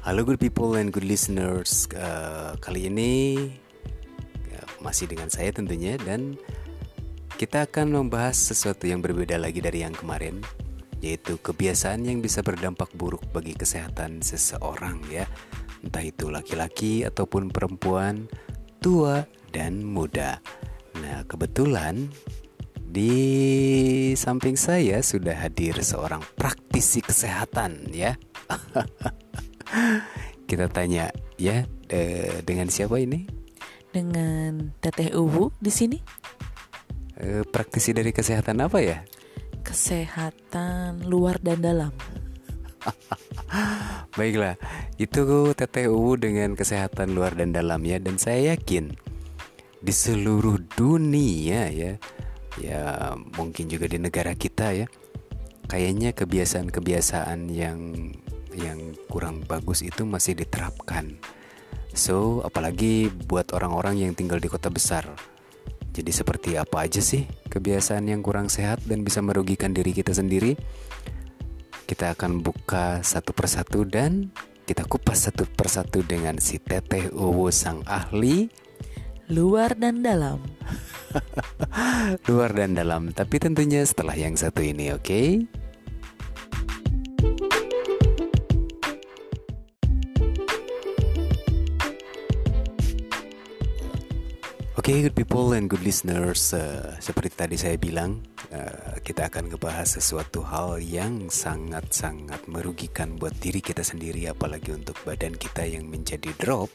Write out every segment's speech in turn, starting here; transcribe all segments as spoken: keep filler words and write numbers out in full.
Halo good people and good listeners. Uh, kali ini uh, masih dengan saya tentunya, dan kita akan membahas sesuatu yang berbeda lagi dari yang kemarin, yaitu kebiasaan yang bisa berdampak buruk bagi kesehatan seseorang, ya. Entah itu laki-laki ataupun perempuan, tua dan muda. Nah, kebetulan di samping saya sudah hadir seorang praktisi kesehatan, ya. Kita tanya ya, eh, dengan siapa ini? Dengan Teteh Uwu di sini. Eh, praktisi dari kesehatan apa ya? Kesehatan luar dan dalam. Baiklah, itu Teteh Uwu dengan kesehatan luar dan dalam, ya. Dan saya yakin di seluruh dunia, ya, ya mungkin juga di negara kita, ya, kayaknya kebiasaan-kebiasaan yang yang kurang bagus itu masih diterapkan. So, apalagi buat orang-orang yang tinggal di kota besar. Jadi seperti apa aja sih kebiasaan yang kurang sehat dan bisa merugikan diri kita sendiri? Kita akan buka satu persatu dan kita kupas satu persatu dengan si Teteh Uwu, sang ahli luar dan dalam. Luar dan dalam, tapi tentunya setelah yang satu ini, oke? Okay? Oke, okay, good people and good listeners, uh, seperti tadi saya bilang, uh, kita akan ngebahas sesuatu hal yang sangat-sangat merugikan buat diri kita sendiri, apalagi untuk badan kita yang menjadi drop.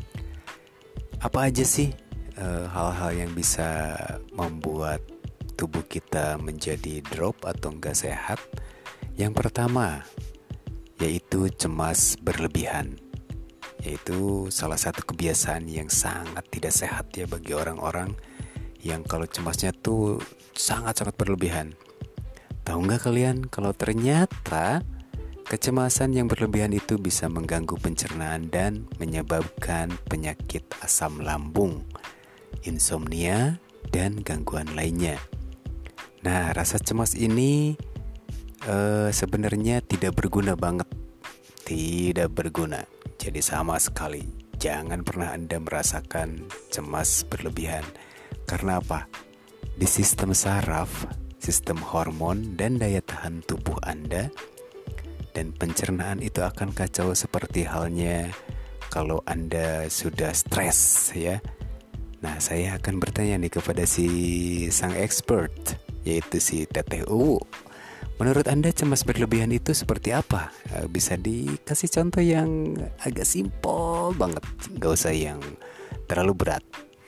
Apa aja sih uh, hal-hal yang bisa membuat tubuh kita menjadi drop atau enggak sehat? Yang pertama, yaitu cemas berlebihan. Yaitu salah satu kebiasaan yang sangat tidak sehat, ya, bagi orang-orang yang kalau cemasnya tuh sangat-sangat berlebihan. Tahu nggak kalian kalau ternyata kecemasan yang berlebihan itu bisa mengganggu pencernaan dan menyebabkan penyakit asam lambung, insomnia, dan gangguan lainnya. Nah, rasa cemas ini uh, sebenarnya tidak berguna banget, tidak berguna. Jadi sama sekali jangan pernah Anda merasakan cemas berlebihan. Karena apa? Di sistem saraf, sistem hormon, dan daya tahan tubuh Anda dan pencernaan itu akan kacau seperti halnya kalau Anda sudah stres, ya. Nah, saya akan bertanya nih kepada si sang expert, yaitu si Teteh Uwu. Menurut Anda cemas berlebihan itu seperti apa? Bisa dikasih contoh yang agak simpel banget, gak usah yang terlalu berat.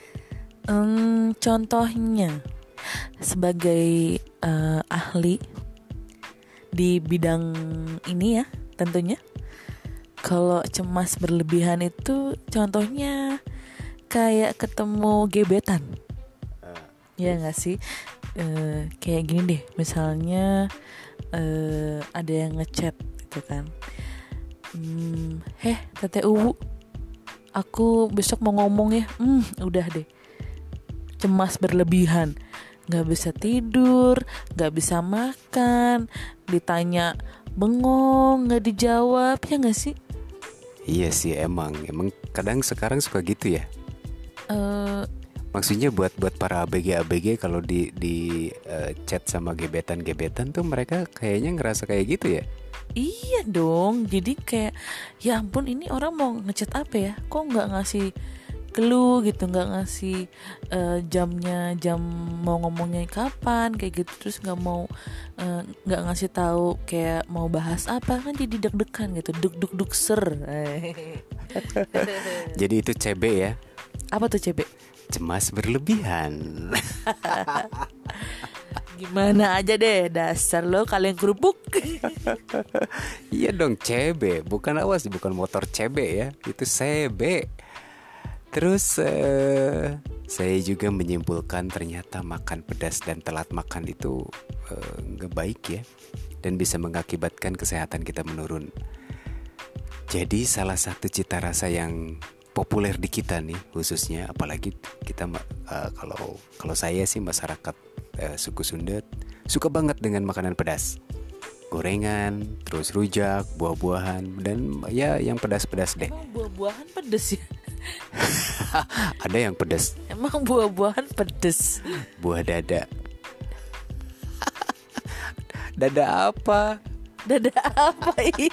Hmm, contohnya, sebagai uh, ahli di bidang ini, ya, tentunya, kalau cemas berlebihan itu contohnya kayak ketemu gebetan, uh, ya nggak sih? Uh, kayak gini deh, misalnya uh, ada yang ngechat gitu kan, hmm, heh Teteh Uwu, aku besok mau ngomong ya. Hmm, udah deh, cemas berlebihan, nggak bisa tidur, nggak bisa makan, ditanya bengong, nggak dijawab, ya nggak sih? Iya sih, emang emang kadang sekarang suka gitu ya. Uh, Maksudnya buat buat para A B G A B G kalau di di uh, chat sama gebetan-gebetan tuh mereka kayaknya ngerasa kayak gitu ya. Iya dong. Jadi kayak ya ampun, ini orang mau ngechat apa ya? Kok nggak ngasih clue gitu, nggak ngasih uh, jamnya, jam mau ngomongnya kapan kayak gitu, terus nggak mau uh, nggak ngasih tahu kayak mau bahas apa, kan jadi deg-degan gitu, duk duk duk ser. Jadi itu C B ya? Apa tuh C B? Cemas berlebihan. Gimana aja deh, dasar lo kalian kerupuk. Iya dong, C B, bukan awas, bukan motor C B ya, itu C B. Terus uh, saya juga menyimpulkan ternyata makan pedas dan telat makan itu uh, gak baik, ya, dan bisa mengakibatkan kesehatan kita menurun. Jadi salah satu cita rasa yang populer di kita nih, khususnya apalagi kita uh, kalau kalau saya sih masyarakat uh, suku Sunda suka banget dengan makanan pedas. gorengan, terus rujak, buah-buahan, dan ya yang pedas-pedas deh. Emang buah-buahan pedes ya? Ada yang pedas. Emang buah-buahan pedes? Buah dada. Dada apa? Dada apa ini?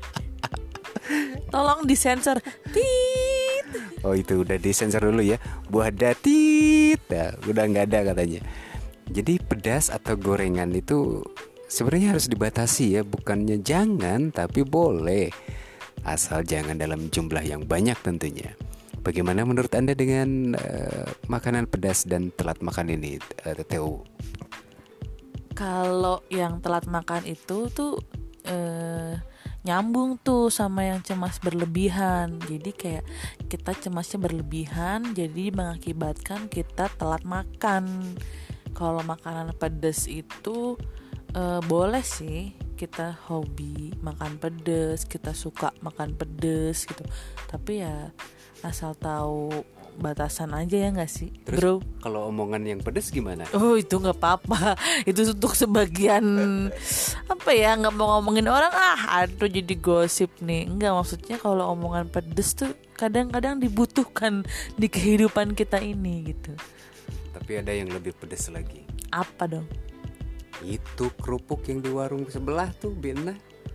Tolong disensor. Tit. Oh itu udah disensor dulu ya. Buah datit. Nah, udah nggak ada katanya. Jadi pedas atau gorengan itu sebenarnya harus dibatasi ya. Bukannya jangan, tapi boleh. Asal jangan dalam jumlah yang banyak tentunya. Bagaimana menurut Anda dengan uh, makanan pedas dan telat makan ini, uh, Theo? Kalau yang telat makan itu tuh eh, nyambung tuh sama yang cemas berlebihan. Jadi kayak kita cemasnya berlebihan, jadi mengakibatkan kita telat makan. Kalau makanan pedas itu eh, boleh sih, kita hobi makan pedas, kita suka makan pedas gitu. Tapi ya asal tahu batasan aja ya nggak sih, Terus, bro? kalau omongan yang pedas gimana? Oh itu nggak apa-apa. Itu untuk sebagian apa ya, nggak mau ngomongin orang, ah aduh jadi gosip nih. Nggak, maksudnya kalau omongan pedes tuh kadang-kadang dibutuhkan di kehidupan kita ini gitu. Tapi ada yang lebih pedas lagi. Apa dong? Itu kerupuk yang di warung sebelah tuh, Bena.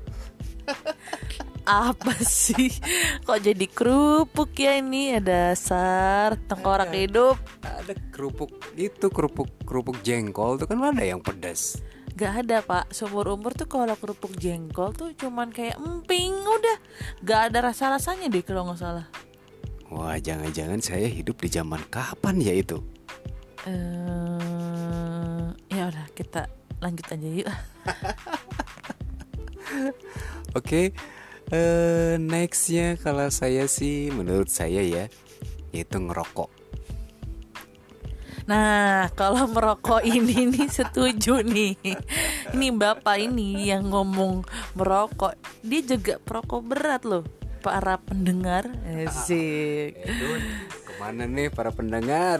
Apa sih? Kok jadi kerupuk ya ini? Ada dasar tengkorak Ada. hidup. Ada kerupuk itu kerupuk kerupuk jengkol tuh kan ada yang pedas. Gak ada pak, seumur umur tuh kalau kerupuk jengkol tuh cuman kayak emping, udah gak ada rasa-rasanya deh kalau gak salah. Wah, jangan-jangan saya hidup di zaman kapan ya itu? Eh, ya udah kita lanjut aja yuk. Oke, uh, nextnya kalau saya sih, menurut saya ya, yaitu ngerokok. Nah kalau merokok ini nih setuju nih. Ini bapak ini yang ngomong merokok, dia juga perokok berat loh. Para pendengar, asik. Aduh, kemana nih para pendengar?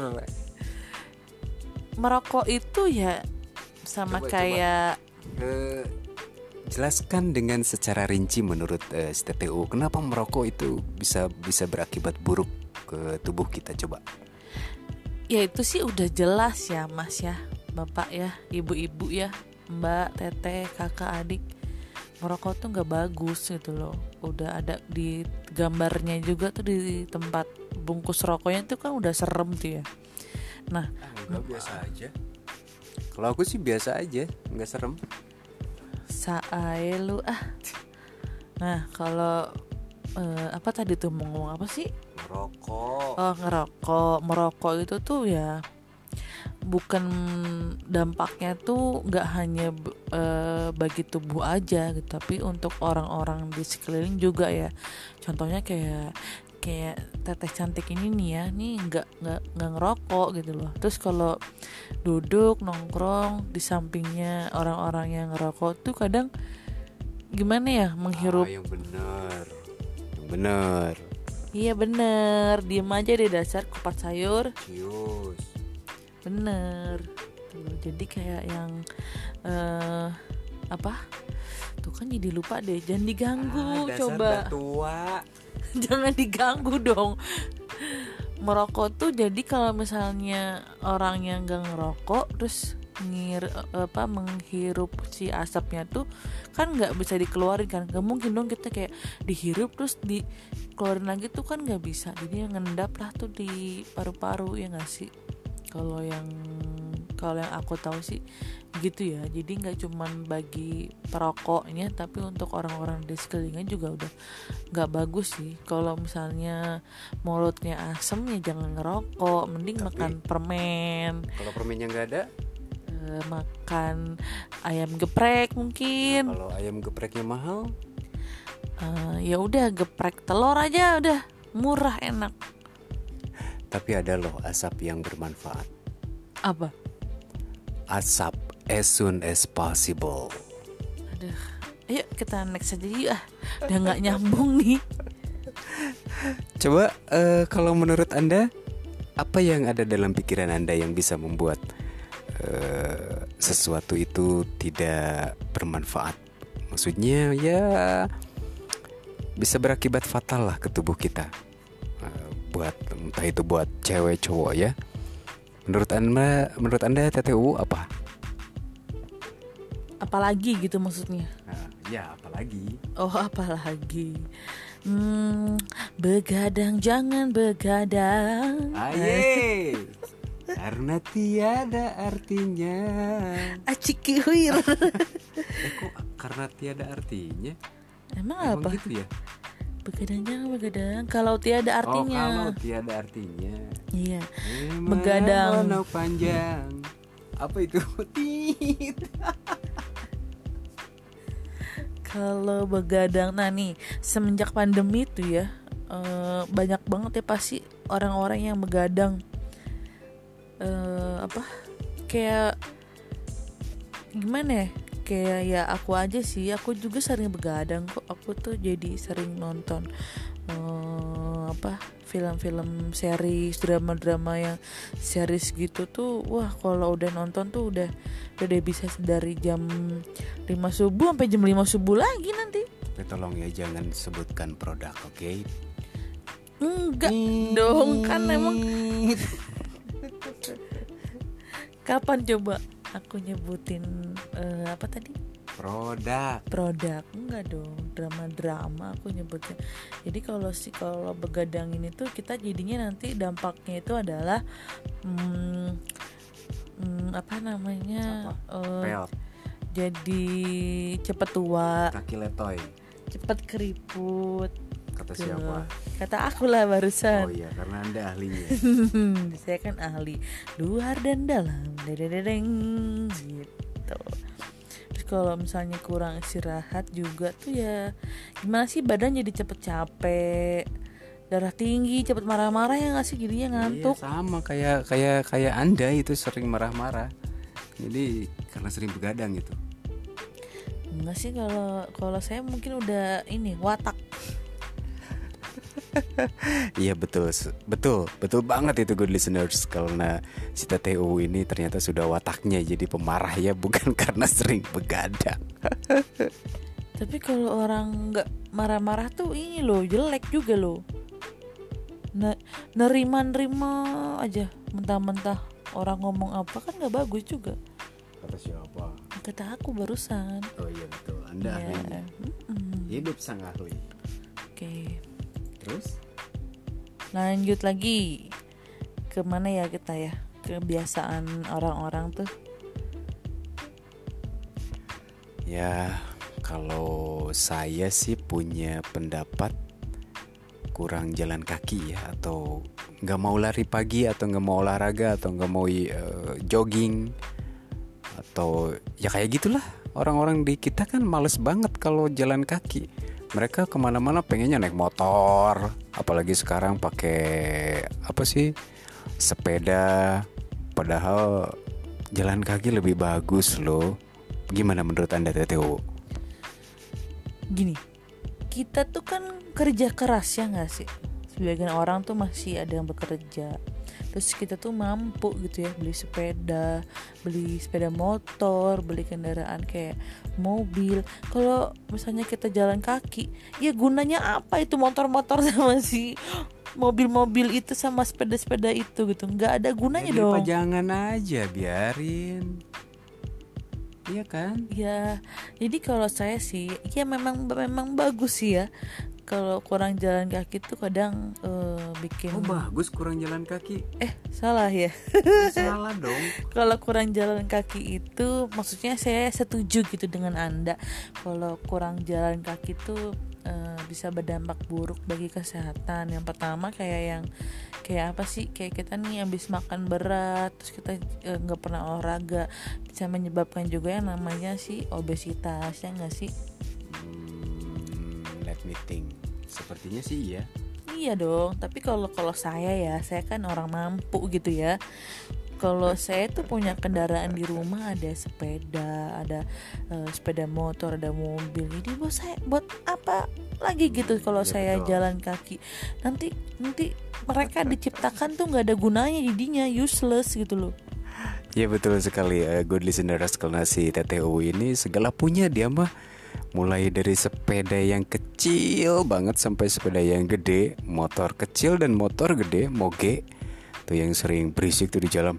Merokok itu ya sama Coba, kayak Uh, jelaskan dengan secara rinci menurut uh, T T U, kenapa merokok itu bisa bisa berakibat buruk ke tubuh kita, coba. ya itu sih udah jelas ya mas ya, bapak ya, ibu-ibu ya, mbak, teteh, kakak, adik. Merokok tuh nggak bagus gitu loh. Udah ada di gambarnya juga tuh, di tempat bungkus rokoknya tuh kan udah serem tuh ya. Nah, Enggak, biasa aja. Kalau aku sih biasa aja, nggak serem. sae lu ah. Nah kalau eh, apa tadi tuh mau ngomong apa sih? Merokok. Oh ngerokok, merokok itu tuh ya bukan, dampaknya tuh nggak hanya uh, bagi tubuh aja gitu, tapi untuk orang-orang di sekeliling juga ya. Contohnya kayak kayak teteh cantik ini nih ya, nih nggak nggak nggak ngerokok gitu loh. Terus kalau duduk nongkrong di sampingnya orang-orang yang ngerokok tuh kadang gimana ya, menghirup. Ah, yang benar, yang benar. Iya bener, diem aja di dasar kupat sayur. Cius. Bener tuh, jadi kayak yang uh, apa tuh kan, jadi lupa deh, jangan diganggu. Ah, dasar coba dah tua. jangan diganggu dong. Merokok tuh jadi kalau misalnya orang yang gak ngerokok terus ngir apa menghirup si asapnya tuh kan nggak bisa dikeluarin kan, nggak mungkin dong kita kayak dihirup terus dikeluarin lagi tuh kan nggak bisa, jadi yang ngendap lah tuh di paru-paru, ya nggak sih? Kalau yang kalau yang aku tahu sih gitu ya. Jadi nggak cuman bagi perokoknya, tapi untuk orang-orang di sekelilingnya juga udah nggak bagus sih. Kalau misalnya mulutnya asem ya jangan ngerokok, mending Tapi, makan permen. Kalau permennya nggak ada, Uh, makan ayam geprek mungkin. nah, kalau ayam gepreknya mahal, uh, ya udah geprek telur aja, udah murah enak. tapi ada loh asap yang bermanfaat. Apa? Asap as soon as possible. Aduh, ayo kita next aja yuk ah. Udah nggak nyambung nih. Coba uh, kalau menurut Anda, apa yang ada dalam pikiran Anda yang bisa membuat uh, sesuatu itu tidak bermanfaat Maksudnya ya bisa berakibat fatal lah ke tubuh kita. Uh, buat entah itu buat cewek cowok ya. Menurut anda, menurut anda T T U apa? Apalagi gitu maksudnya? Nah, ya apalagi? Oh apalagi? Hmm, begadang jangan begadang. Aye, karena tiada artinya. Acikihir. Eh kok karena tiada artinya? Emang, Emang apa? gitu ya? Begadang jangan begadang. Kalau tiada artinya. Oh kalau tiada artinya. Iya. Eh, Begadang. mana panjang. Apa itu? Tit. Kalau begadang, nah nih semenjak pandemi itu ya uh, banyak banget ya pasti orang-orang yang begadang. Uh, apa? Kayak gimana ya? Kayak ya aku aja sih, aku juga sering begadang kok. Aku tuh jadi sering nonton uh, apa film-film series, drama-drama yang series gitu tuh. Wah kalau udah nonton tuh udah udah deh bisa dari jam lima subuh sampai jam lima subuh lagi nanti. Tapi tolong ya jangan sebutkan produk, oke? Okay? Enggak dong, kan emang kapan coba aku nyebutin uh, apa tadi? Produk. Produk. Enggak dong, drama-drama aku nyebutnya. Jadi kalau si kalau begadang ini tuh kita jadinya nanti dampaknya itu adalah hmm, hmm, apa namanya? Uh, Peot. Jadi cepet tua, Kaki letoy. cepet keriput. Kata Tuh. siapa? Kata aku lah barusan. Oh iya, karena anda ahlinya. Saya kan ahli luar dan dalam, dededeng gitu. Terus kalau misalnya kurang istirahat juga tuh ya gimana sih, badan jadi cepet capek, darah tinggi, cepet marah-marah ya nggak sih, jadinya ngantuk. Iya, sama kayak kayak kayak anda itu sering marah-marah. Jadi karena sering begadang gitu. Enggak sih, kalau kalau saya mungkin udah ini watak. Iya betul, betul, betul banget itu good listeners. Karena si T T U ini ternyata sudah wataknya jadi pemarah ya, bukan karena sering begadang. Tapi kalau orang nggak marah-marah tuh ini loh jelek juga loh. N- nerima-nerima aja mentah-mentah orang ngomong apa kan nggak bagus juga. Kata siapa? Kata aku barusan. Oh iya betul, anda Ya. ahlinya. Mm-mm. Hidup sang ahli. Oke, Terus? lanjut lagi. Kemana ya kita ya? Kebiasaan orang-orang tuh. Ya kalau saya sih punya pendapat kurang jalan kaki ya, atau nggak mau lari pagi, atau nggak mau olahraga, atau nggak mau uh, jogging, atau ya kayak gitulah. Orang-orang di kita kan males banget kalau jalan kaki. Mereka kemana-mana pengennya naik motor, apalagi sekarang pakai apa sih, sepeda. Padahal jalan kaki lebih bagus loh. Gimana menurut anda T T U? Gini, kita tuh kan kerja keras ya nggak sih? Sebagian orang tuh masih ada yang bekerja. Terus kita tuh mampu gitu ya beli sepeda, beli sepeda motor, beli kendaraan kayak mobil. Kalau misalnya kita jalan kaki, ya gunanya apa itu motor-motor sama si mobil-mobil itu sama sepeda-sepeda itu gitu? Nggak ada gunanya Ya, dong. Jangan aja, biarin. Iya kan? Ya, jadi kalau saya sih, ya memang memang bagus sih ya. Kalau kurang jalan kaki tuh kadang uh, bikin. Oh bagus kurang jalan kaki. Eh salah ya. Salah dong. Kalau kurang jalan kaki itu, maksudnya saya setuju gitu dengan Anda. Kalau kurang jalan kaki itu uh, bisa berdampak buruk bagi kesehatan. Yang pertama kayak yang kayak apa sih? Kayak kita nih habis makan berat, terus kita nggak uh, pernah olahraga, bisa menyebabkan juga yang namanya sih obesitas, ya nggak sih? Let me think. Sepertinya sih iya. Iya dong. Tapi kalau kalau saya ya, saya kan orang mampu gitu ya. Kalau saya tuh punya kendaraan di rumah, ada sepeda, ada uh, sepeda motor, ada mobil. Jadi buat saya, buat apa lagi gitu kalau ya, saya betul. jalan kaki? Nanti nanti mereka diciptakan tuh nggak ada gunanya, jadinya useless gitu loh. Ya betul sekali, uh, good listeners. Karena si T T U ini segala punya dia mah Mulai dari sepeda yang kecil banget sampai sepeda yang gede, motor kecil dan motor gede, moge, tuh yang sering berisik tuh di jalan,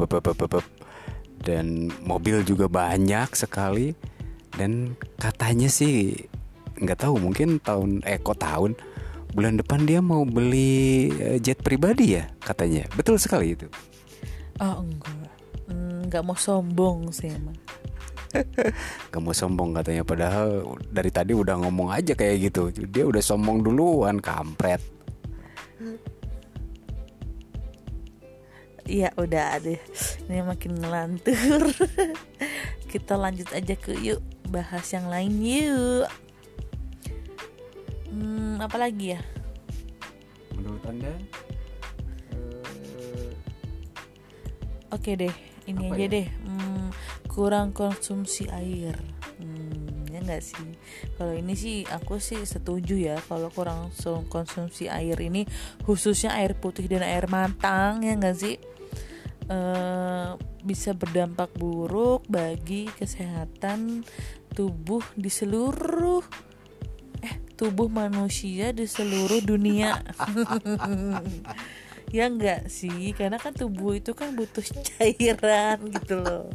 dan mobil juga banyak sekali. Dan katanya sih nggak tahu, mungkin tahun eh kok tahun bulan depan dia mau beli jet pribadi ya katanya. Betul sekali itu. Oh enggak, nggak mau sombong sih emang. Gak mau sombong katanya, padahal dari tadi udah ngomong aja kayak gitu. Dia udah sombong duluan, kampret. Iya udah deh, ini makin ngelantur. Kita lanjut aja ke yuk, bahas yang lain yuk. Hmm, apa lagi ya? Menurut Anda? Uh... Oke deh, ini apa aja ya? deh. Hmm, kurang konsumsi air. Hmm, ya nggak sih? Kalau ini sih aku sih setuju ya. Kalau kurang konsumsi air ini, khususnya air putih dan air matang, ya nggak sih? Uh, bisa berdampak buruk bagi kesehatan tubuh di seluruh eh tubuh manusia di seluruh dunia. Ya enggak sih, karena kan tubuh itu kan butuh cairan gitu loh.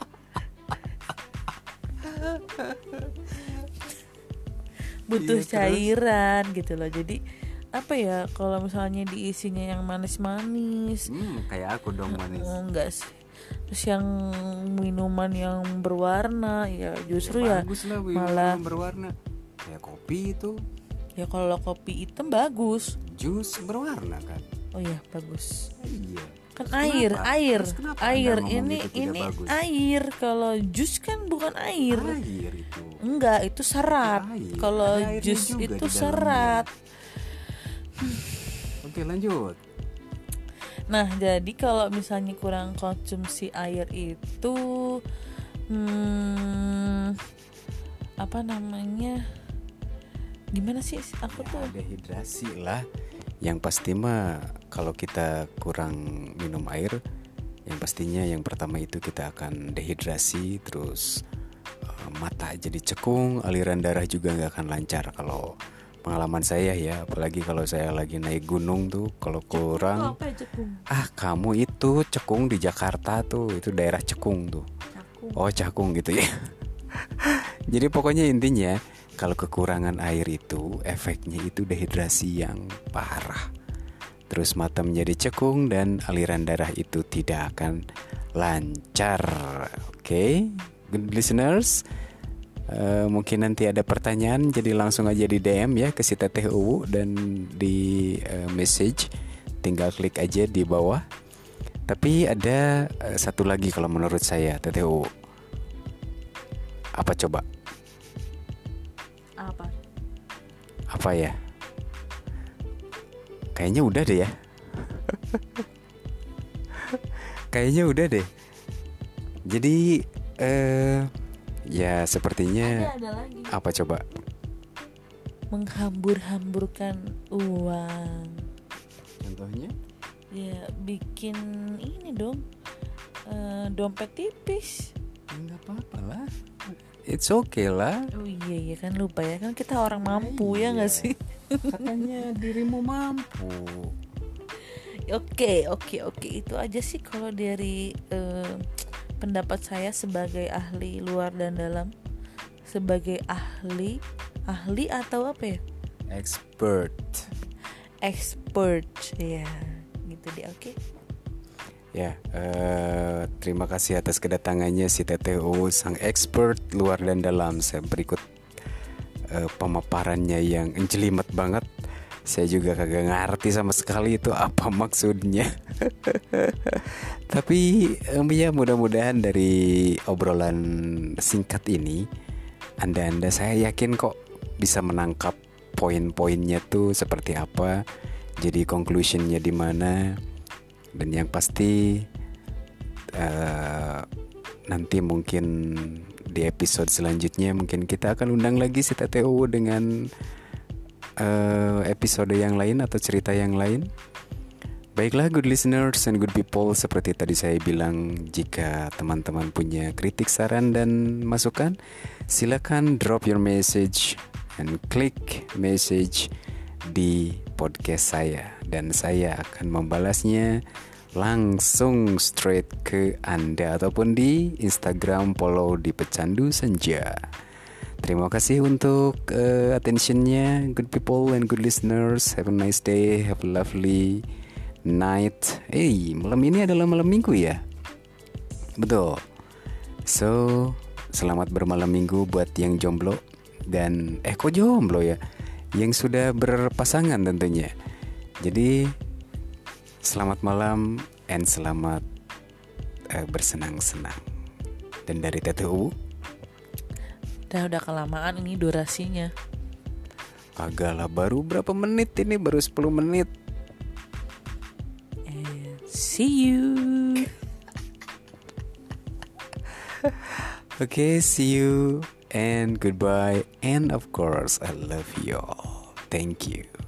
Butuh iya, cairan terus? Gitu loh. Jadi apa ya, kalau misalnya diisinya yang manis-manis, hmm, kayak aku dong manis. Oh, enggak sih. Terus yang minuman yang berwarna ya justru ya, ya malah berwarna. Kayak kopi itu. Ya kalau kopi hitam bagus. Jus berwarna kan. Oh iya bagus. Iya. Kan air, kenapa? air, air ini ini bagus? Air. Kalau jus kan bukan air. Air itu. Enggak, itu serat. Kalau jus itu serat. Oke, lanjut. Nah, jadi kalau misalnya kurang konsumsi air itu hmm, apa namanya? Gimana sih aku ya, tuh? Dehidrasi lah. Yang pasti mah kalau kita kurang minum air, yang pastinya yang pertama itu kita akan dehidrasi, terus uh, mata jadi cekung, aliran darah juga nggak akan lancar. Kalau pengalaman saya ya, apalagi kalau saya lagi naik gunung tuh, kalau kurang, cekung, apa ya, cekung? ah kamu itu cekung di Jakarta tuh, itu daerah Cekung tuh. Cakung. Oh Cakung gitu ya. Jadi pokoknya intinya kalau kekurangan air itu efeknya itu dehidrasi yang parah. Terus mata menjadi cekung dan aliran darah itu tidak akan lancar. Oke, okay? Good listeners. Uh, mungkin nanti ada pertanyaan, jadi langsung aja di D M ya ke si Teteh Uwu dan di uh, message, tinggal klik aja di bawah. Tapi ada uh, satu lagi kalau menurut saya Teteh Uwu. Apa coba? Apa? Apa ya? Kayaknya udah deh ya. Kayaknya udah deh. Jadi eh ya sepertinya ada, ada lagi. Apa coba? Menghambur-hamburkan uang. Contohnya? Ya bikin ini dong, uh, dompet tipis. Enggak apa-apa lah. It's okay lah. Oh iya iya kan, lupa ya, kan kita orang mampu. Iya. Ya nggak sih? Katanya dirimu mampu. Oke oke oke itu aja sih kalau dari uh, pendapat saya sebagai ahli luar dan dalam, sebagai ahli ahli atau apa ya? Expert. Expert ya, gitu deh. Oke. Ya, uh, terima kasih atas kedatangannya si Teteh Uwu, sang expert luar dan dalam. Saya berikut uh, pemaparannya yang jelimet banget. Saya juga kagak ngerti sama sekali itu apa maksudnya. Tapi um, ya mudah-mudahan dari obrolan singkat ini Anda-anda saya yakin kok bisa menangkap poin-poinnya tuh seperti apa. Jadi conclusionnya di mana. Dan yang pasti uh, nanti mungkin di episode selanjutnya mungkin kita akan undang lagi si Teteh Uwu dengan uh, episode yang lain atau cerita yang lain. Baiklah good listeners and good people, seperti tadi saya bilang, jika teman-teman punya kritik, saran, dan masukan, silakan drop your message and klik message di podcast saya, dan saya akan membalasnya langsung straight ke Anda, ataupun di Instagram follow di Pecandu Senja. Terima kasih untuk uh, attentionnya good people and good listeners. Have a nice day, have a lovely night. Eh, hey, malam ini adalah malam minggu ya? Betul. So, selamat bermalam minggu buat yang jomblo. Dan, eh kok jomblo ya? Yang sudah berpasangan tentunya. Jadi, selamat malam and selamat uh, bersenang-senang. Dan dari T T U, Udah udah kelamaan ini durasinya. agak lah, baru berapa menit ini? Baru sepuluh menit. And see you. Okay, see you and goodbye. And of course, I love you all. Thank you.